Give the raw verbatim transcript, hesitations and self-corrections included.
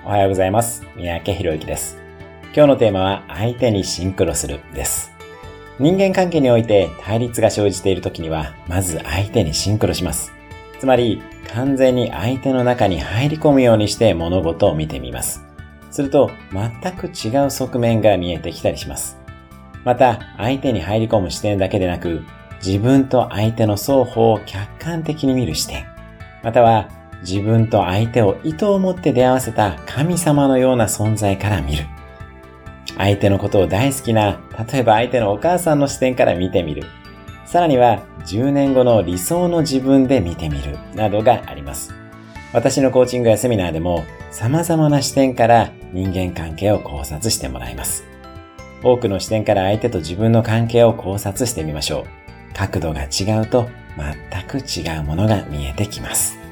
おはようございます。三宅博之です。今日のテーマは相手にシンクロするです。人間関係において対立が生じているときには、まず相手にシンクロします。つまり、完全に相手の中に入り込むようにして物事を見てみます。すると、全く違う側面が見えてきたりします。また、相手に入り込む視点だけでなく、自分と相手の双方を客観的に見る視点、または自分と相手を意図を持って出会わせた神様のような存在から見る。相手のことを大好きな、例えば相手のお母さんの視点から見てみる。さらにはじゅうねんごの理想の自分で見てみるなどがあります。私のコーチングやセミナーでも様々な視点から人間関係を考察してもらいます。多くの視点から相手と自分の関係を考察してみましょう。角度が違うと全く違うものが見えてきます。